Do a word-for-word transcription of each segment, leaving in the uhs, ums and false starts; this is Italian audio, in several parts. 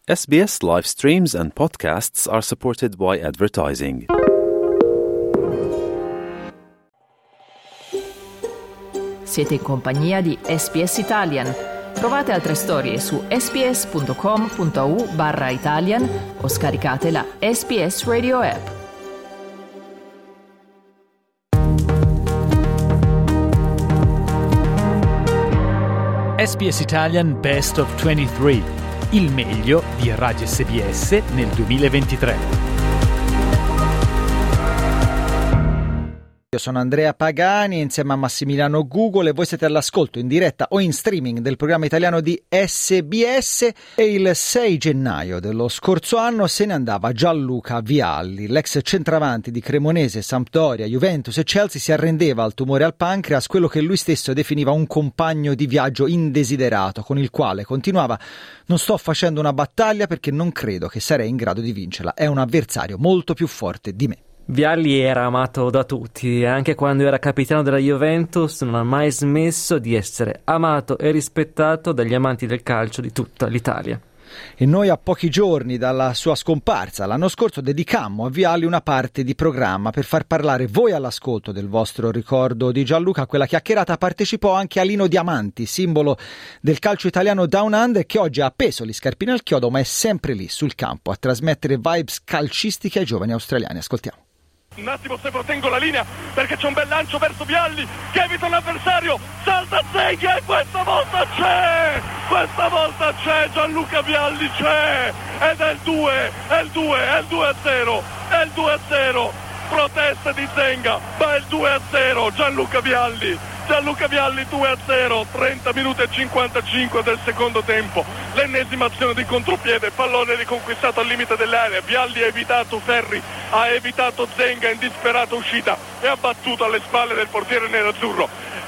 S B S live streams and podcasts are supported by advertising. Siete in compagnia di S B S Italian. Trovate altre storie su sbs.com.au barra Italian o scaricate la S B S Radio app. S B S Italian Best of ventitré, il meglio di Radio S B S nel duemilaventitré. Io sono Andrea Pagani insieme a Massimiliano Google e voi siete all'ascolto in diretta o in streaming del programma italiano di S B S. E il sei gennaio dello scorso anno se ne andava Gianluca Vialli, l'ex centravanti di Cremonese, Sampdoria, Juventus e Chelsea. Si arrendeva al tumore al pancreas, quello che lui stesso definiva un compagno di viaggio indesiderato, con il quale continuava: non sto facendo una battaglia perché non credo che sarei in grado di vincerla, è un avversario molto più forte di me. Vialli era amato da tutti, anche quando era capitano della Juventus non ha mai smesso di essere amato e rispettato dagli amanti del calcio di tutta l'Italia. E noi a pochi giorni dalla sua scomparsa l'anno scorso dedicammo a Vialli una parte di programma per far parlare voi all'ascolto del vostro ricordo di Gianluca. A quella chiacchierata partecipò anche Alino Diamanti, simbolo del calcio italiano Down Under, che oggi ha appeso gli scarpini al chiodo ma è sempre lì sul campo a trasmettere vibes calcistiche ai giovani australiani. Ascoltiamo. Un attimo se protengo la linea perché c'è un bel lancio verso Vialli che evita l'avversario, salta Zegha e questa volta c'è, questa volta c'è, Gianluca Vialli c'è ed è il due, è il due, è il due a zero, è il due a zero, protesta di Zenga, ma è il due a zero, Gianluca Vialli. Gianluca Vialli due a zero, trenta minuti e cinquantacinque del secondo tempo, l'ennesima azione di contropiede, pallone riconquistato al limite dell'area, Vialli ha evitato Ferri, ha evitato Zenga in disperata uscita e ha battuto alle spalle del portiere nerazzurro.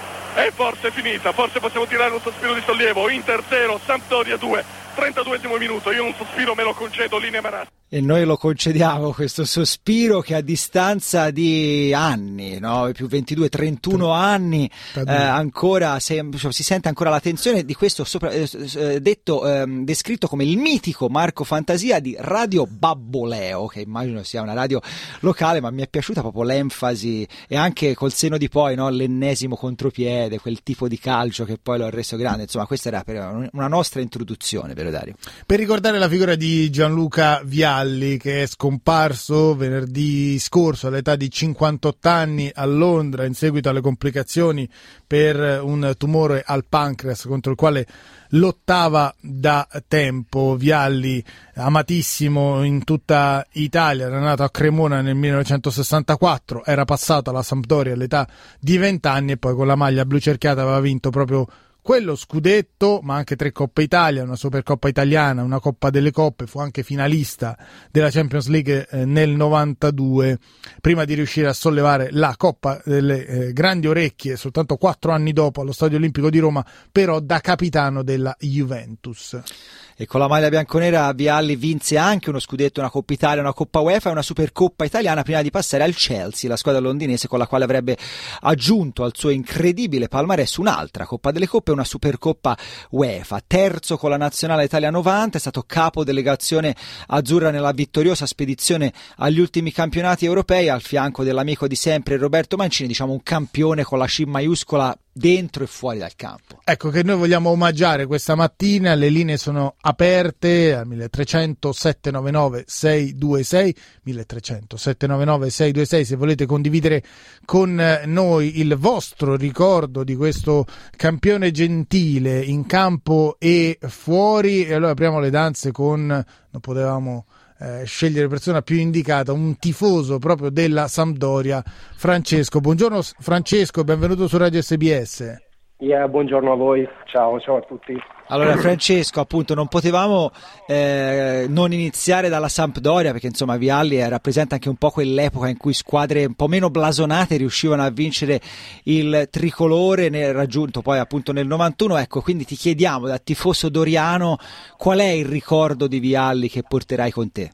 E forse è finita, forse possiamo tirare un sospiro di sollievo. Inter zero, Sampdoria due, trentaduesimo minuto, io un sospiro me lo concedo, linea Maratti. E noi lo concediamo questo sospiro che a distanza di anni, no? Più ventidue, trentuno anni, eh, ancora se, si sente ancora la tensione di questo sopra, eh, detto, eh, descritto come il mitico Marco Fantasia di Radio Babboleo, che immagino sia una radio locale, ma mi è piaciuta proprio l'enfasi e anche col seno di poi, no? L'ennesimo contropiede, quel tipo di calcio che poi lo ha reso grande. Insomma, questa era per una nostra introduzione, vero Dario? Per ricordare la figura di Gianluca Vialli, che è scomparso venerdì scorso all'età di cinquantotto anni a Londra in seguito alle complicazioni per un tumore al pancreas contro il quale lottava da tempo. Vialli, amatissimo in tutta Italia, era nato a Cremona nel millenovecentosessantaquattro, era passato alla Sampdoria all'età di venti anni e poi con la maglia blu cerchiata aveva vinto proprio quello scudetto, ma anche tre Coppe Italia, una Supercoppa italiana, una Coppa delle Coppe, fu anche finalista della Champions League eh, nel novantadue, prima di riuscire a sollevare la Coppa delle eh, Grandi Orecchie soltanto quattro anni dopo allo Stadio Olimpico di Roma, però da capitano della Juventus. E con la maglia bianconera Vialli vinse anche uno scudetto, una Coppa Italia, una Coppa UEFA e una Supercoppa italiana prima di passare al Chelsea, la squadra londinese con la quale avrebbe aggiunto al suo incredibile palmarès un'altra Coppa delle Coppe e una Supercoppa UEFA. Terzo con la nazionale Italia novanta, è stato capo delegazione azzurra nella vittoriosa spedizione agli ultimi campionati europei al fianco dell'amico di sempre Roberto Mancini, diciamo un campione con la C maiuscola dentro e fuori dal campo. Ecco che noi vogliamo omaggiare questa mattina, le linee sono aperte al milletrecento settecentonovantanove seicentonventisei, milletrecento settecentonovantanove seicentonventisei se volete condividere con noi il vostro ricordo di questo campione gentile in campo e fuori. E allora apriamo le danze con, non potevamo Eh, scegliere persona più indicata, un tifoso proprio della Sampdoria, Francesco. Buongiorno Francesco, benvenuto su Radio S B S. Yeah, buongiorno a voi, ciao, ciao a tutti. Allora Francesco, appunto non potevamo eh, non iniziare dalla Sampdoria, perché insomma Vialli rappresenta anche un po' quell'epoca in cui squadre un po' meno blasonate riuscivano a vincere il tricolore, ne raggiunto poi appunto nel novantuno. Ecco, quindi ti chiediamo da tifoso doriano qual è il ricordo di Vialli che porterai con te?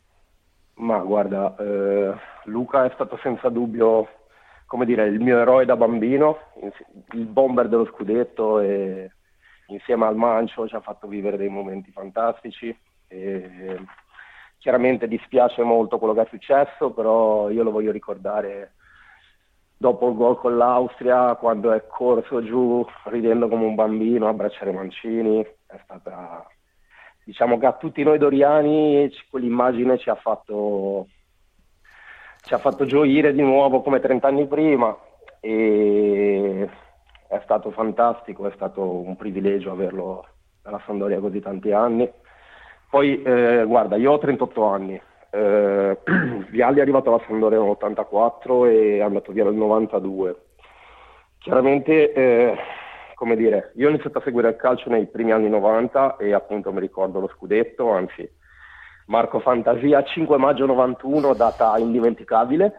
Ma guarda, eh, Luca è stato senza dubbio, come dire, il mio eroe da bambino, il bomber dello scudetto, e insieme al Mancio ci ha fatto vivere dei momenti fantastici. E, chiaramente dispiace molto quello che è successo, però io lo voglio ricordare dopo il gol con l'Austria, quando è corso giù ridendo come un bambino a abbracciare Mancini. È stata, diciamo che a tutti noi doriani quell'immagine ci ha fatto ci ha fatto gioire di nuovo come trent'anni prima, e è stato fantastico, è stato un privilegio averlo nella Sampdoria così tanti anni. Poi eh, guarda, io ho trentotto anni, eh, Vialli è arrivato alla Sampdoria nell'ottantaquattro e è andato via nel novantadue. Chiaramente, eh, come dire, io ho iniziato a seguire il calcio nei primi anni novanta e appunto mi ricordo lo scudetto, anzi Marco Fantasia, cinque maggio novantuno, data indimenticabile,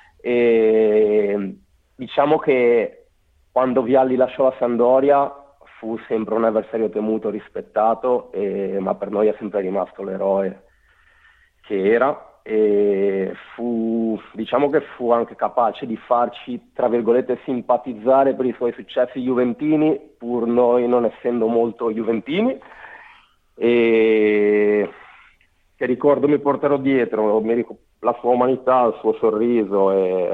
e diciamo che quando Vialli lasciò la Sampdoria fu sempre un avversario temuto, rispettato, e, ma per noi è sempre rimasto l'eroe che era, e fu, diciamo che fu anche capace di farci, tra virgolette, simpatizzare per i suoi successi juventini, pur noi non essendo molto juventini, e che ricordo mi porterò dietro, mi ric- la sua umanità, il suo sorriso, e,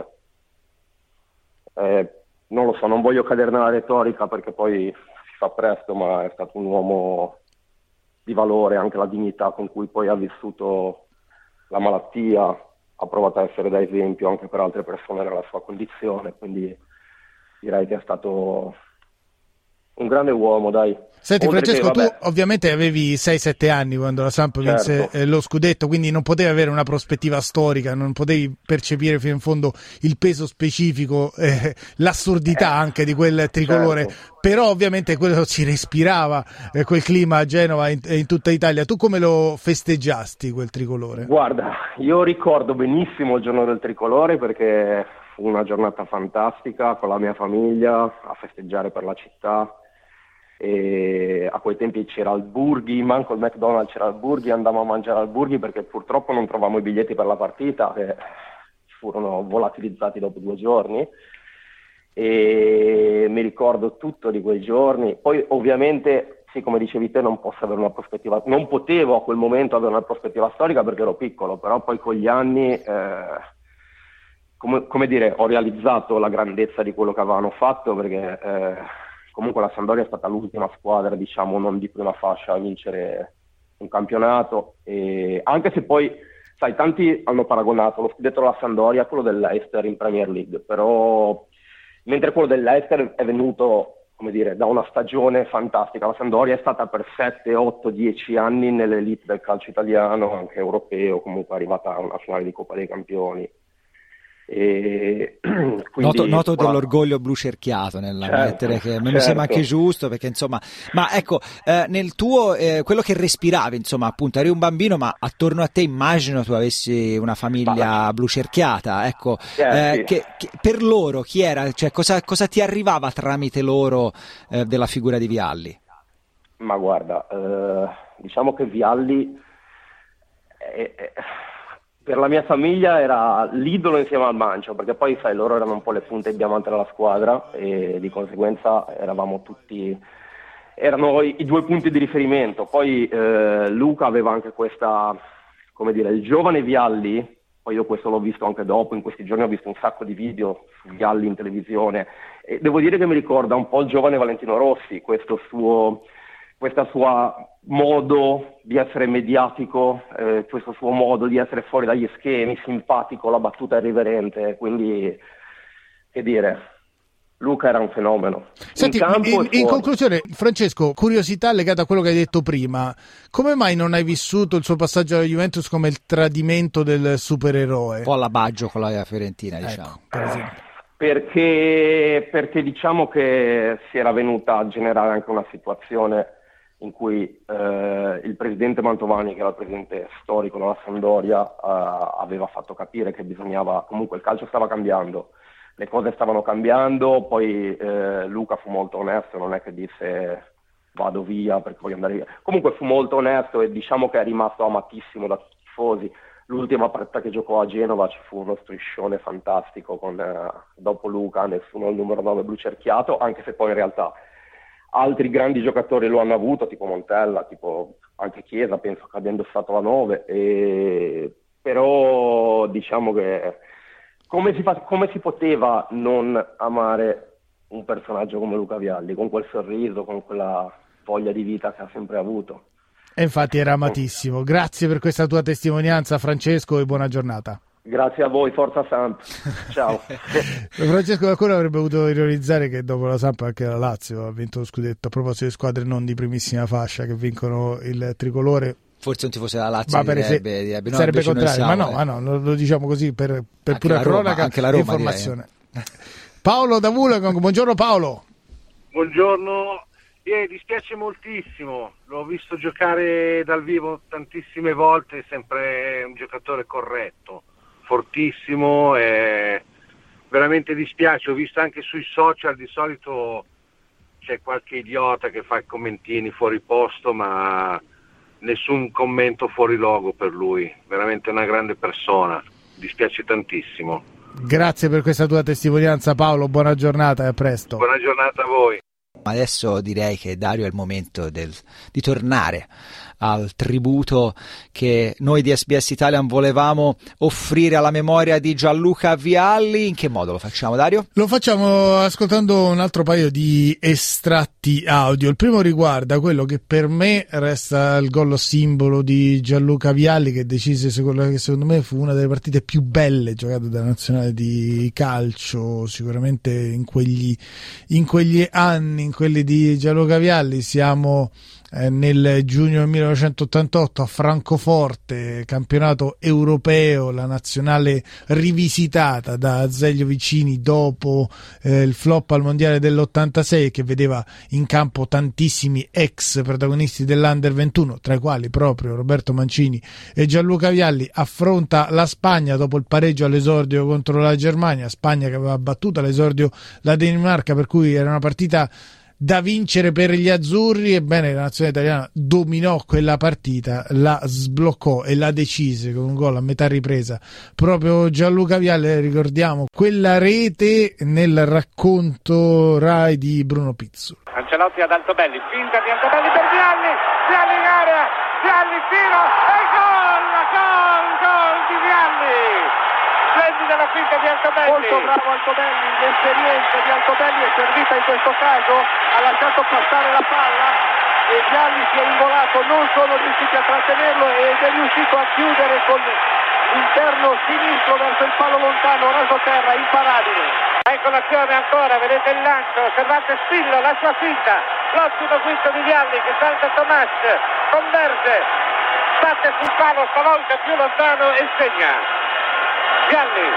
e non lo so, non voglio cadere nella retorica perché poi fa presto, ma è stato un uomo di valore, anche la dignità con cui poi ha vissuto la malattia, ha provato a essere da esempio anche per altre persone nella sua condizione, quindi direi che è stato un grande uomo, dai. Senti Oltre Francesco, che, tu ovviamente avevi sei sette anni quando la Samp certo. vinse eh, lo scudetto, quindi non potevi avere una prospettiva storica, non potevi percepire fino in fondo il peso specifico, eh, l'assurdità eh, anche di quel tricolore, certo. Però ovviamente quello si respirava, eh, quel clima a Genova e in, in tutta Italia. Tu come lo festeggiasti quel tricolore? Guarda, io ricordo benissimo il giorno del tricolore perché fu una giornata fantastica con la mia famiglia a festeggiare per la città. E a quei tempi c'era il Burghi, manco il McDonald's, c'era il Burghi, andavamo a mangiare al Burghi perché purtroppo non trovavamo i biglietti per la partita che furono volatilizzati dopo due giorni, e mi ricordo tutto di quei giorni. Poi ovviamente sì, come dicevi te, non posso avere una prospettiva, non potevo a quel momento avere una prospettiva storica perché ero piccolo, però poi con gli anni eh, come, come dire, ho realizzato la grandezza di quello che avevano fatto, perché eh, comunque la Sampdoria è stata l'ultima squadra, diciamo, non di prima fascia a vincere un campionato, e anche se poi, sai, tanti hanno paragonato lo scudetto della Sampdoria a quello dell'Leicester in Premier League, però mentre quello dell'Leicester è venuto, come dire, da una stagione fantastica, la Sampdoria è stata per sette, otto, dieci anni nell'elite del calcio italiano, anche europeo, comunque è arrivata a una finale di Coppa dei Campioni. E quindi, noto, noto qua... dell'orgoglio blu cerchiato nella certo, mettere, che certo. mi sembra anche giusto, perché insomma, ma ecco, eh, nel tuo eh, quello che respiravi, insomma, appunto eri un bambino, ma attorno a te immagino tu avessi una famiglia ma... blu cerchiata, ecco, eh, eh, sì. che, che per loro chi era, cioè cosa, cosa ti arrivava tramite loro eh, della figura di Vialli? Ma guarda, eh, diciamo che Vialli è, è... per la mia famiglia era l'idolo insieme al Mancio, perché poi sai, loro erano un po' le punte di diamante della squadra e di conseguenza eravamo tutti, erano i, i due punti di riferimento. Poi eh, Luca aveva anche questa, come dire, il giovane Vialli, poi io questo l'ho visto anche dopo, in questi giorni ho visto un sacco di video su Vialli in televisione, e devo dire che mi ricorda un po' il giovane Valentino Rossi, questo suo... questa sua modo di essere mediatico, eh, questo suo modo di essere fuori dagli schemi, simpatico, la battuta irriverente, quindi che dire, Luca era un fenomeno. Senti, in, campo in, e in conclusione, Francesco, curiosità legata a quello che hai detto prima, come mai non hai vissuto il suo passaggio alla Juventus come il tradimento del supereroe? Un po' alla Baggio con la Fiorentina, diciamo. Ecco, per esempio. Perché, perché diciamo che si era venuta a generare anche una situazione in cui eh, il presidente Mantovani, che era il presidente storico della Sampdoria, eh, aveva fatto capire che bisognava, comunque il calcio stava cambiando, le cose stavano cambiando, poi eh, Luca fu molto onesto, non è che disse vado via perché voglio andare via, comunque fu molto onesto e diciamo che è rimasto amatissimo da tutti i tifosi. L'ultima partita che giocò a Genova ci fu uno striscione fantastico con eh, dopo Luca nessuno il numero nove blu cerchiato, anche se poi in realtà altri grandi giocatori lo hanno avuto, tipo Montella, tipo anche Chiesa, penso che abbia indossato la nove, e... però diciamo che come si, fa... come si poteva non amare un personaggio come Luca Vialli, con quel sorriso, con quella voglia di vita che ha sempre avuto. E infatti era amatissimo. Grazie per questa tua testimonianza, Francesco, e buona giornata. Grazie a voi, forza Samp. Ciao. Francesco qualcuno avrebbe potuto ironizzare che dopo la Samp anche la Lazio ha vinto lo scudetto, a proposito di squadre non di primissima fascia che vincono il tricolore. Forse un tifoso della Lazio ma direbbe, direbbe, no, sarebbe contrario, siamo, ma no, eh. ma no, lo, lo diciamo così per, per anche pura la Roma, cronaca anche la Roma, informazione. Direi. Paolo da Wollongong, buongiorno Paolo. Buongiorno. Eh, dispiace moltissimo, l'ho visto giocare dal vivo tantissime volte, è sempre un giocatore corretto, fortissimo, e veramente dispiace. Ho visto anche sui social, di solito c'è qualche idiota che fa commentini fuori posto, ma nessun commento fuori luogo per lui, veramente una grande persona, dispiace tantissimo. Grazie per questa tua testimonianza Paolo, buona giornata e a presto. Buona giornata a voi. Adesso direi che Dario è il momento del, di tornare al tributo che noi di S B S Italian volevamo offrire alla memoria di Gianluca Vialli. In che modo lo facciamo, Dario? Lo facciamo ascoltando un altro paio di estratti audio. Il primo riguarda quello che per me resta il gol simbolo di Gianluca Vialli, che decise, che secondo me fu una delle partite più belle giocate dalla nazionale di calcio, sicuramente in quegli, in quegli anni, in quelli di Gianluca Vialli. Siamo eh, nel giugno del millenovecentottantotto a Francoforte, campionato europeo, la nazionale rivisitata da Azeglio Vicini dopo eh, il flop al mondiale dell'ottantasei, che vedeva in campo tantissimi ex protagonisti dell'Under ventuno, tra i quali proprio Roberto Mancini e Gianluca Vialli. Affronta la Spagna dopo il pareggio all'esordio contro la Germania, Spagna che aveva battuto all'esordio la Danimarca, per cui era una partita da vincere per gli azzurri. Ebbene, la nazionale italiana dominò quella partita, la sbloccò e la decise con un gol a metà ripresa proprio Gianluca Vialli. Ricordiamo quella rete nel racconto Rai di Bruno Pizzul. Ancelotti ad Altobelli, finta di Altobelli per Vialli, Vialli in area, Vialli tiro e gol, gol, gol di Vialli. Splendida la finta di Altobelli. Molto bravo Altobelli, l'esperienza di Altobelli è servita in questo caso, ha lasciato passare la palla e Vialli si è ingolato, non sono riusciti a trattenerlo ed è riuscito a chiudere con l'interno sinistro verso il palo lontano, raso terra, imparabile. Ecco l'azione ancora, vedete il lancio, osservate Spillo, la sua finta, l'ottimo guizzo di Vialli che salta Tomas, converge, batte sul palo, stavolta più lontano e segna. Vialli.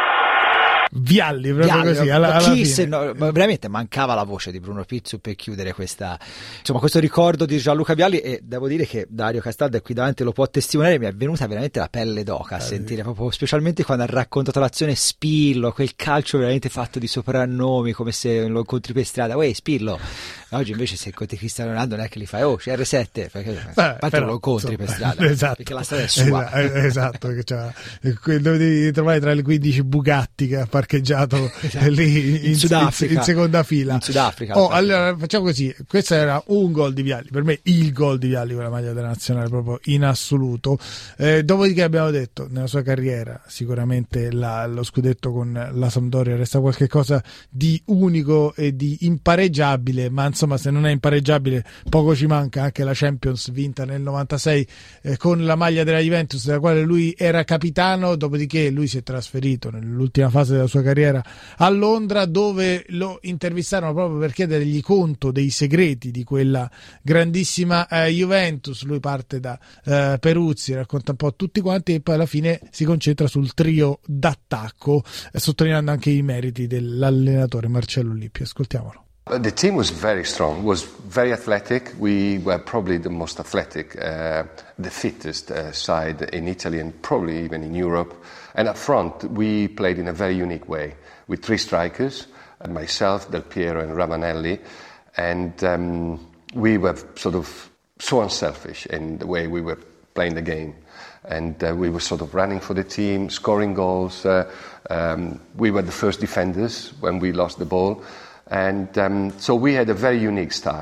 Vialli, proprio Vialli, così, alla, alla fine. Se no, veramente mancava la voce di Bruno Pizzu per chiudere questa, insomma, questo ricordo di Gianluca Vialli. E devo dire che Dario Castaldo è qui davanti, lo può testimoniare, mi è venuta veramente la pelle d'oca a ah, sentire, sì. Proprio specialmente quando ha raccontato l'azione Spillo, quel calcio veramente fatto di soprannomi, come se lo incontri per strada. Uè Spillo, oggi invece se incontri Cristiano Ronaldo non è che li fai, oh C R sette, perché a parte non lo incontri insomma, per strada, esatto, perché la strada è sua. Esatto, che dove devi trovare tra le quindici Bugatti che ha parcheggiato esatto. lì in, in, Sudafrica, in seconda fila. In Sudafrica. Oh, allora facciamo così, questo era un gol di Vialli, per me il gol di Vialli con la maglia della nazionale proprio in assoluto. Eh, dopodiché abbiamo detto, nella sua carriera sicuramente la, lo scudetto con la Sampdoria resta qualche cosa di unico e di impareggiabile, ma insomma se non è impareggiabile poco ci manca. Anche la Champions vinta nel novantasei eh, con la maglia della Juventus, della quale lui era capitano. Dopodiché lui si è trasferito nell'ultima fase della sua carriera a Londra, dove lo intervistarono proprio per chiedergli conto dei segreti di quella grandissima eh, Juventus. Lui parte da eh, Peruzzi, racconta un po' tutti quanti e poi alla fine si concentra sul trio d'attacco, eh, sottolineando anche i meriti dell'allenatore Marcello Lippi. Ascoltiamolo. The team was very strong, was very athletic. We were probably the most athletic, uh, the fittest uh, side in Italy and probably even in Europe. And up front, we played in a very unique way with three strikers, myself, Del Piero and Ravanelli. And um, we were sort of so unselfish in the way we were playing the game. And uh, we were sort of running for the team, scoring goals. Uh, um, we were the first defenders when we lost the ball. And um, so we had a very unique style.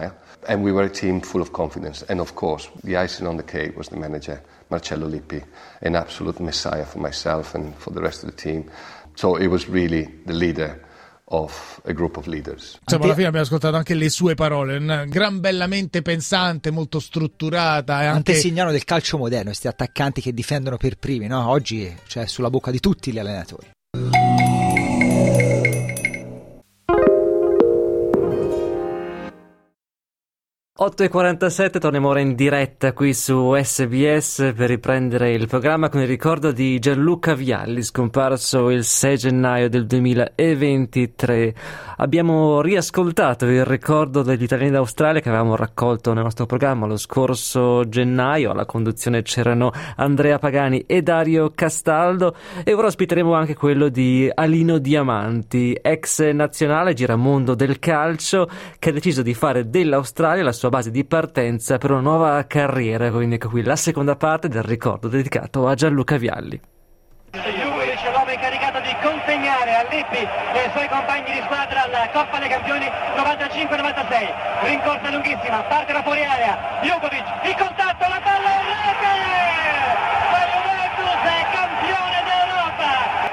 and we were a team full of confidence. And of course, the icing on the cake was the manager, Marcello Lippi, an absolute messiah for myself and for the rest of the team. So it was really the leader of a group of leaders. Insomma, alla fine abbiamo ascoltato anche le sue parole, una gran bella mente pensante, molto strutturata. E anche antesignano del calcio moderno, questi attaccanti che difendono per primi, no? Oggi c'è sulla bocca di tutti gli allenatori. otto e quarantasette, torniamo ora in diretta qui su S B S per riprendere il programma con il ricordo di Gianluca Vialli, scomparso il sei gennaio del duemilaventitré. Abbiamo riascoltato il ricordo degli italiani d'Australia che avevamo raccolto nel nostro programma lo scorso gennaio. Alla conduzione c'erano Andrea Pagani e Dario Castaldo, e ora ospiteremo anche quello di Alino Diamanti, ex nazionale giramondo del calcio, che ha deciso di fare dell'Australia la sua base di partenza per una nuova carriera. Quindi ecco qui la seconda parte del ricordo dedicato a Gianluca Vialli. Jugovic, l'uomo incaricato di consegnare a Lippi e ai suoi compagni di squadra alla Coppa dei Campioni novantacinque novantasei. Rincorsa lunghissima, parte da fuori area, Jugovic, il contatto, la palla in rete! La Juventus è campione d'Europa!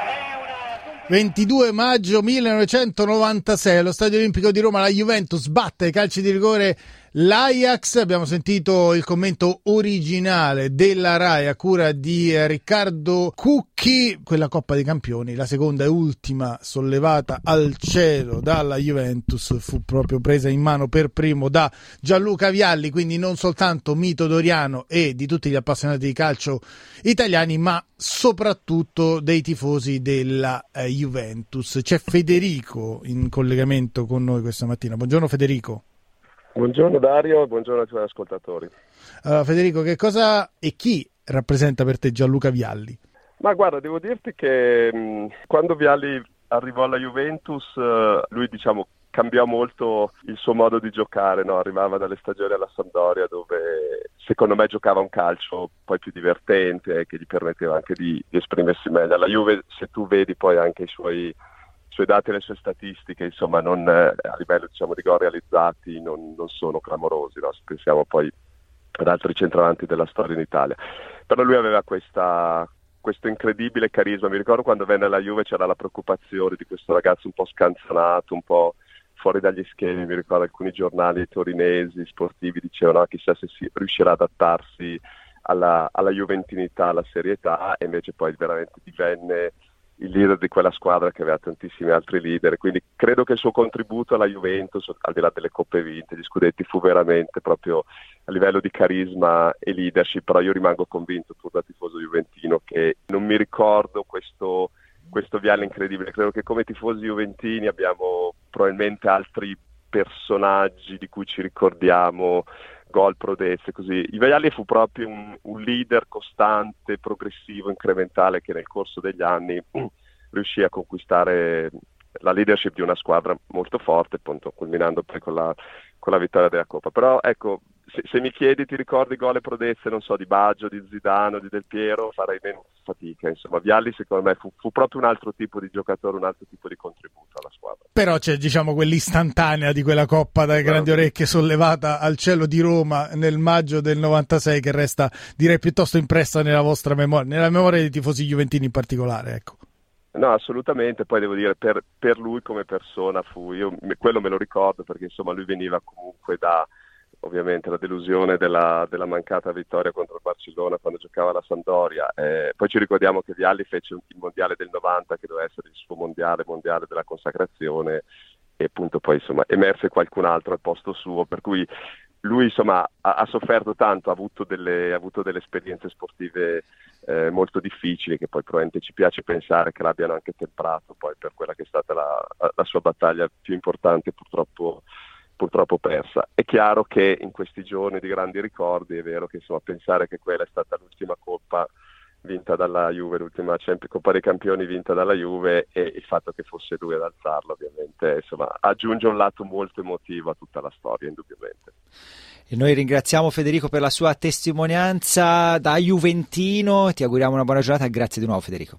ventidue maggio millenovecentonovantasei allo Stadio Olimpico di Roma la Juventus batte ai calci di rigore l'Ajax. Abbiamo sentito il commento originale della Rai a cura di Riccardo Cucchi. Quella Coppa dei Campioni, la seconda e ultima sollevata al cielo dalla Juventus, fu proprio presa in mano per primo da Gianluca Vialli, quindi non soltanto mito doriano e di tutti gli appassionati di calcio italiani, ma soprattutto dei tifosi della eh, Juventus. C'è Federico in collegamento con noi questa mattina. Buongiorno Federico. Buongiorno Dario e buongiorno ai tuoi ascoltatori. Allora, Federico, che cosa e chi rappresenta per te Gianluca Vialli? Ma guarda, devo dirti che mh, quando Vialli arrivò alla Juventus, uh, lui diciamo cambiò molto il suo modo di giocare, no? Arrivava dalle stagioni alla Sampdoria dove secondo me giocava un calcio poi più divertente e che gli permetteva anche di, di esprimersi meglio. Alla Juve, se tu vedi poi anche i suoi, i suoi dati e le sue statistiche, insomma non, eh, a livello diciamo di gol realizzati non, non sono clamorosi, no? Se pensiamo poi ad altri centravanti della storia in Italia. Però lui aveva questa... questo incredibile carisma. Mi ricordo quando venne alla Juve c'era la preoccupazione di questo ragazzo un po' scanzonato, un po' fuori dagli schemi. Mi ricordo alcuni giornali torinesi, sportivi, dicevano ah, chissà se si riuscirà ad adattarsi alla, alla juventinità, alla serietà, e invece poi veramente divenne il leader di quella squadra che aveva tantissimi altri leader. Quindi credo che il suo contributo alla Juventus, al di là delle coppe vinte, gli scudetti, fu veramente proprio a livello di carisma e leadership. Però io rimango convinto, pur da tifoso juventino, che non mi ricordo questo, questo Vialli incredibile. Credo che come tifosi juventini abbiamo probabilmente altri personaggi di cui ci ricordiamo, gol, prodezze, così. Vialli fu proprio un, un leader costante, progressivo, incrementale, che nel corso degli anni uh, riuscì a conquistare la leadership di una squadra molto forte, appunto, culminando poi con la, con la vittoria della Coppa. Però ecco, se, se mi chiedi ti ricordi gol e prodezze, non so, di Baggio, di Zidane, di Del Piero, farei meno fatica. Insomma, Vialli secondo me fu, fu proprio un altro tipo di giocatore, un altro tipo di contributo alla squadra. Però c'è, diciamo, quell'istantanea di quella Coppa dalle grandi orecchie sollevata al cielo di Roma nel maggio del novantasei che resta, direi, piuttosto impressa nella vostra memoria, nella memoria dei tifosi juventini in particolare, ecco. No, assolutamente. Poi devo dire, per, per lui come persona fu, io quello me lo ricordo perché insomma lui veniva comunque da, ovviamente, la delusione della, della mancata vittoria contro il Barcellona quando giocava alla Sampdoria. Eh, poi ci ricordiamo che Vialli fece il mondiale del novanta, che doveva essere il suo mondiale, mondiale della consacrazione, e appunto poi insomma emerse qualcun altro al posto suo, per cui lui insomma ha, ha sofferto tanto, ha avuto delle, ha avuto delle esperienze sportive eh, molto difficili, che poi probabilmente ci piace pensare che l'abbiano anche temprato poi per quella che è stata la, la sua battaglia più importante, purtroppo purtroppo persa. È chiaro che in questi giorni di grandi ricordi è vero che insomma pensare che quella è stata l'ultima Coppa vinta dalla Juve, l'ultima Champions, Coppa dei Campioni vinta dalla Juve, e il fatto che fosse lui ad alzarlo ovviamente insomma aggiunge un lato molto emotivo a tutta la storia, indubbiamente. E noi ringraziamo Federico per la sua testimonianza da juventino, ti auguriamo una buona giornata e grazie di nuovo Federico.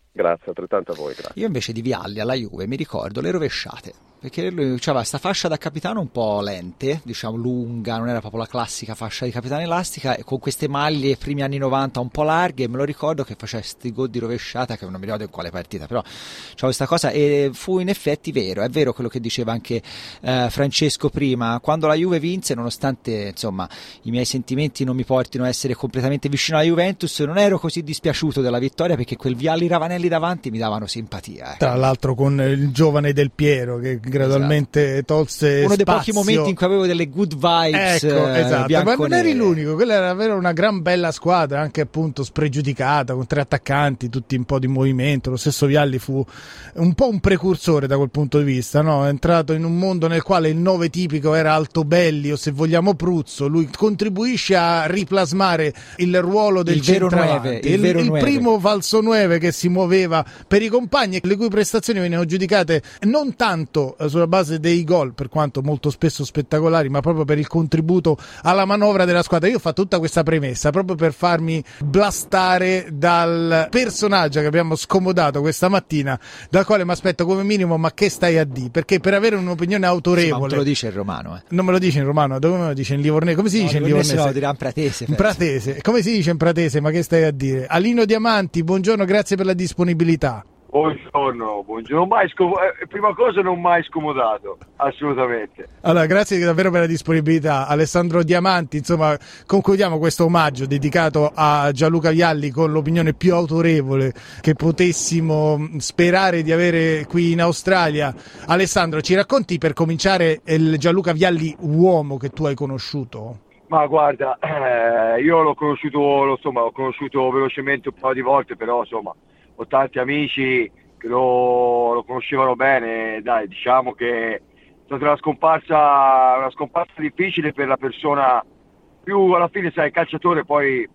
Grazie, altrettanto a voi, grazie. Io invece di Vialli alla Juve mi ricordo le rovesciate, perché lui aveva questa fascia da capitano un po' lente, diciamo lunga, non era proprio la classica fascia di capitano elastica, e con queste maglie primi anni novanta un po' larghe, me lo ricordo che faceva sti gol di rovesciata, che non mi ricordo in quale partita, però c'era questa cosa, e fu in effetti vero, è vero quello che diceva anche eh, Francesco prima, quando la Juve vinse, nonostante insomma i miei sentimenti non mi portino a essere completamente vicino alla Juventus, non ero così dispiaciuto della vittoria, perché quel Vialli Ravanelli davanti mi davano simpatia. Eh. Tra l'altro con il giovane Del Piero che gradualmente esatto. tolse uno spazio. dei pochi momenti in cui avevo delle good vibes. Ecco, eh, esatto, ma non eri l'unico, quella era davvero una gran bella squadra, anche appunto spregiudicata, con tre attaccanti, tutti un po' di movimento. Lo stesso Vialli fu un po' un precursore da quel punto di vista, no? È entrato in un mondo nel quale il nove tipico era Altobelli o se vogliamo Pruzzo, lui contribuisce a riplasmare il ruolo del il vero centravanti, nueve, il, il, vero il nueve. primo falso nueve che si muoveva per i compagni, le cui prestazioni venivano giudicate non tanto sulla base dei gol, per quanto molto spesso spettacolari, ma proprio per il contributo alla manovra della squadra. Io ho fatto tutta questa premessa proprio per farmi blastare dal personaggio che abbiamo scomodato questa mattina, dal quale mi aspetto come minimo ma che stai a di, perché per avere un'opinione autorevole. Sì, ma non te lo dice in romano, eh. Non me lo dice in romano, dove me lo dice in livornese? Come si no, dice in livornese? No, dirà in pratese. In pratese. Come si dice in pratese? Ma che stai a dire? Alino Diamanti, buongiorno, grazie per la disponibilità. Buongiorno, buongiorno. Mai scom- eh, prima cosa non mai scomodato, assolutamente. Allora, grazie davvero per la disponibilità, Alessandro Diamanti. Insomma, concludiamo questo omaggio dedicato a Gianluca Vialli con l'opinione più autorevole che potessimo sperare di avere qui in Australia. Alessandro, ci racconti per cominciare il Gianluca Vialli uomo che tu hai conosciuto? Ma guarda, eh, io l'ho conosciuto, lo, insomma, l'ho conosciuto velocemente un po' di volte, però insomma ho tanti amici che lo, lo conoscevano bene. Dai, diciamo che è stata una scomparsa, una scomparsa difficile per la persona. Più alla fine, sai, il calciatore poi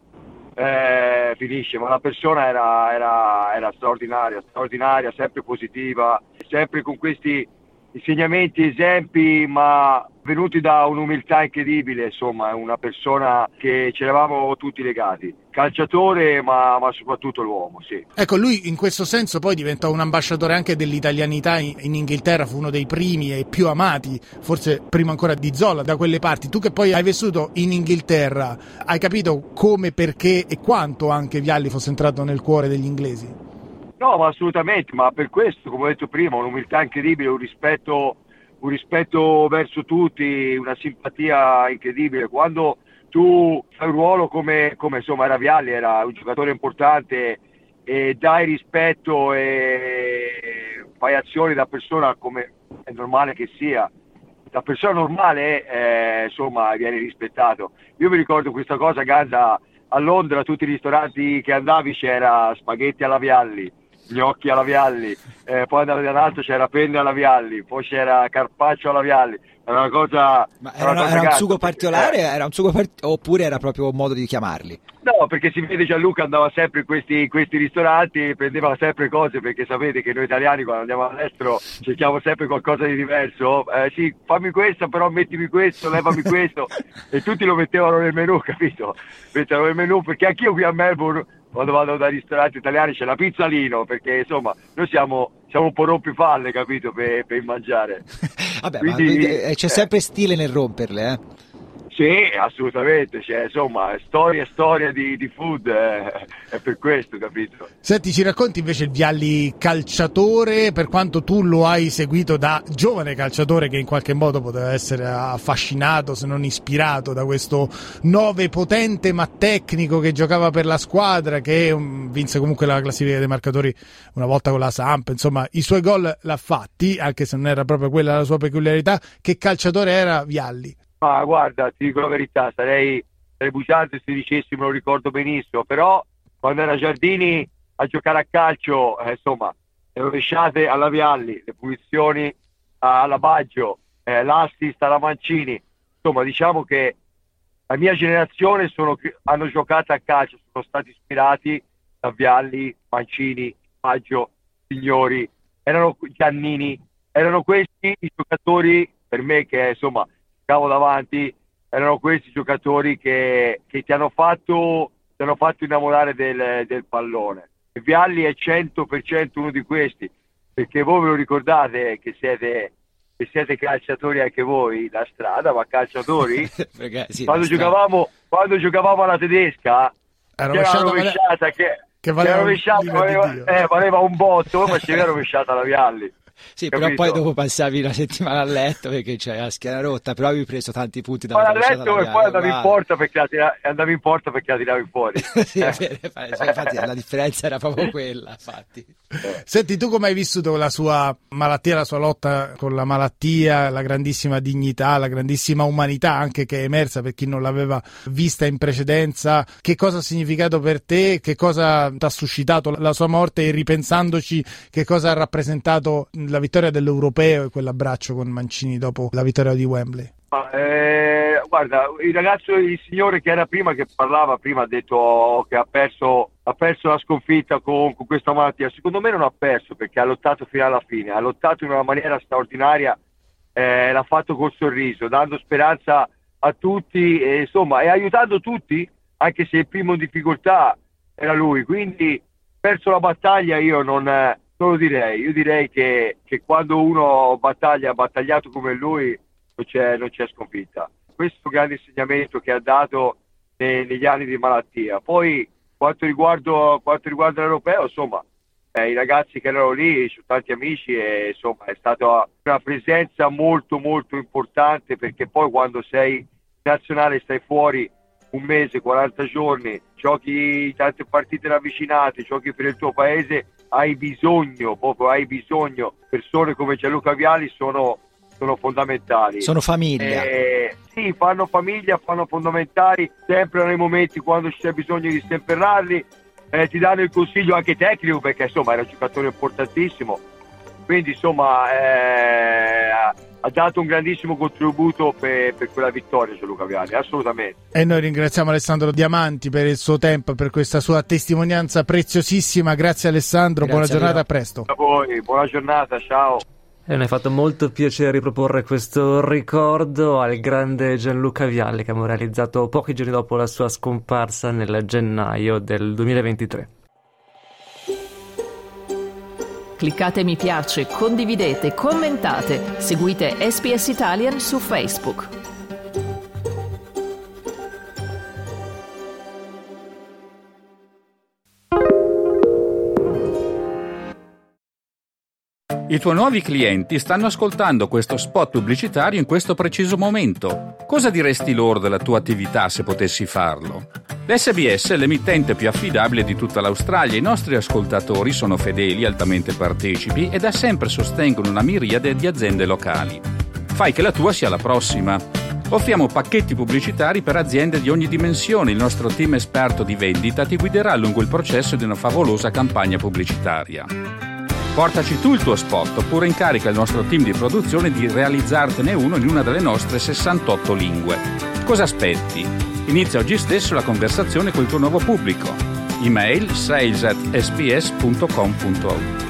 eh, finisce, ma la persona era, era, era straordinaria, straordinaria, sempre positiva, sempre con questi insegnamenti, esempi, ma venuti da un'umiltà incredibile. Insomma, è una persona che ci eravamo tutti legati, calciatore ma, ma soprattutto l'uomo, sì. Ecco, lui in questo senso poi diventò un ambasciatore anche dell'italianità in, in Inghilterra, fu uno dei primi e più amati, forse prima ancora di Zola, da quelle parti. Tu che poi hai vissuto in Inghilterra, hai capito come, perché e quanto anche Vialli fosse entrato nel cuore degli inglesi? No, ma assolutamente, ma per questo, come ho detto prima, un'umiltà incredibile, un rispetto, un rispetto verso tutti, una simpatia incredibile. Quando tu fai un ruolo come, come insomma era Vialli, era un giocatore importante e dai rispetto e fai azioni da persona come è normale che sia, da persona normale eh, insomma viene rispettato. Io mi ricordo questa cosa, Ganza, a Londra tutti i ristoranti che andavi c'era spaghetti alla Vialli, gnocchi alla Vialli, eh, poi andavi dall'altro c'era penne alla Vialli, poi c'era carpaccio alla Vialli. Era una cosa. Ma era, una, una era un cazzo, sugo particolare? eh. Era un sugo part- oppure era proprio un modo di chiamarli? No, perché si vede Gianluca andava sempre in questi, in questi ristoranti e prendeva sempre cose, perché sapete che noi italiani quando andiamo all'estero cerchiamo sempre qualcosa di diverso. Eh, sì, fammi questo, però mettimi questo, levami questo. E tutti lo mettevano nel menù, capito? Mettevano nel menù, perché anch'io qui a Melbourne, quando vado dai ristoranti italiani, c'è la pizzalino, perché insomma noi siamo, siamo un po' rompipalle, capito, per, per mangiare. Vabbè, Quindi, ma c'è sempre stile nel romperle, eh? Sì, assolutamente, cioè, insomma, storia e storia di, di food, eh, è per questo, capito? Senti, ci racconti invece il Vialli calciatore, per quanto tu lo hai seguito da giovane calciatore che in qualche modo poteva essere affascinato, se non ispirato, da questo nove potente ma tecnico che giocava per la squadra, che um, vinse comunque la classifica dei marcatori una volta con la Samp, insomma, i suoi gol l'ha fatti, anche se non era proprio quella la sua peculiarità. Che calciatore era Vialli? Ma guarda, ti dico la verità, sarei, sarei bugiardo se dicessi, me lo ricordo benissimo, però quando era Giardini a giocare a calcio, eh, insomma, le rovesciate alla Vialli, le punizioni alla Baggio, eh, l'assist alla Mancini, insomma, diciamo che la mia generazione sono, hanno giocato a calcio, sono stati ispirati da Vialli, Mancini, Baggio, Signori, erano Giannini, erano questi i giocatori per me che insomma giocavo davanti, erano questi giocatori che, che ti hanno fatto ti hanno fatto innamorare del, del pallone. e Vialli è cento per cento uno di questi, perché voi ve lo ricordate che siete, che siete calciatori anche voi, da strada, ma calciatori? Perché, sì, quando, giocavamo, quando giocavamo alla tedesca, era c'era una rovesciata che, che valeva, che rovesciata, valeva, eh, valeva un botto, facevi la rovesciata alla Vialli. Sì, capito? Però poi dopo passavi una settimana a letto perché c'hai la schiena rotta, però avevi preso tanti punti da poi a letto e poi andavi in porta perché la tira- andavi in porta perché la tiravi fuori. Sì, eh. infatti la differenza era proprio quella, infatti. Senti, tu come hai vissuto la sua malattia, la sua lotta con la malattia, la grandissima dignità, la grandissima umanità anche che è emersa per chi non l'aveva vista in precedenza? Che cosa ha significato per te? Che cosa ti ha suscitato la sua morte? E ripensandoci, che cosa ha rappresentato la vittoria dell'Europeo e quell'abbraccio con Mancini dopo la vittoria di Wembley? Ma, eh, guarda, il ragazzo, il signore che era prima, che parlava prima, ha detto che ha perso, ha perso la sconfitta con, con questa malattia. Secondo me non ha perso, perché ha lottato fino alla fine, ha lottato in una maniera straordinaria, eh, l'ha fatto col sorriso, dando speranza a tutti e, insomma, e aiutando tutti, anche se il primo in difficoltà era lui. Quindi perso la battaglia io non, non lo direi. Io direi che, che quando uno battaglia, ha battagliato come lui, non c'è, non c'è sconfitta. Questo è un grande insegnamento che ha dato nei, negli anni di malattia. Poi quanto riguarda, quanto riguarda l'Europeo, insomma, eh, i ragazzi che erano lì, sono tanti amici e insomma è stata una presenza molto molto importante, perché poi quando sei nazionale stai fuori un mese, quaranta giorni, giochi tante partite ravvicinate, giochi per il tuo paese, hai bisogno, proprio hai bisogno. Persone come Gianluca Vialli sono sono fondamentali. Sono famiglia. Eh, sì, fanno famiglia, fanno fondamentali, sempre nei momenti quando c'è bisogno di stemperarli, eh, ti danno il consiglio anche tecnico, perché insomma era un giocatore importantissimo. Quindi insomma eh, ha dato un grandissimo contributo per, per quella vittoria Gianluca Vialli, assolutamente. E noi ringraziamo Alessandro Diamanti per il suo tempo, per questa sua testimonianza preziosissima. Grazie Alessandro, Grazie buona giornata, a presto. A voi, buona giornata, ciao. E mi ha fatto molto piacere riproporre questo ricordo al grande Gianluca Vialli, che abbiamo realizzato pochi giorni dopo la sua scomparsa nel gennaio del duemilaventitré. Cliccate mi piace, condividete, commentate, seguite S B S Italian su Facebook. I tuoi nuovi clienti stanno ascoltando questo spot pubblicitario in questo preciso momento. Cosa diresti loro della tua attività se potessi farlo? L'S B S è l'emittente più affidabile di tutta l'Australia. I nostri ascoltatori sono fedeli, altamente partecipi e da sempre sostengono una miriade di aziende locali. Fai che la tua sia la prossima. Offriamo pacchetti pubblicitari per aziende di ogni dimensione. Il nostro team esperto di vendita ti guiderà lungo il processo di una favolosa campagna pubblicitaria. Portaci tu il tuo spot oppure incarica il nostro team di produzione di realizzartene uno in una delle nostre sessantotto lingue. Cosa aspetti? Inizia oggi stesso la conversazione col tuo nuovo pubblico. Email sales at s b s punto com punto a u.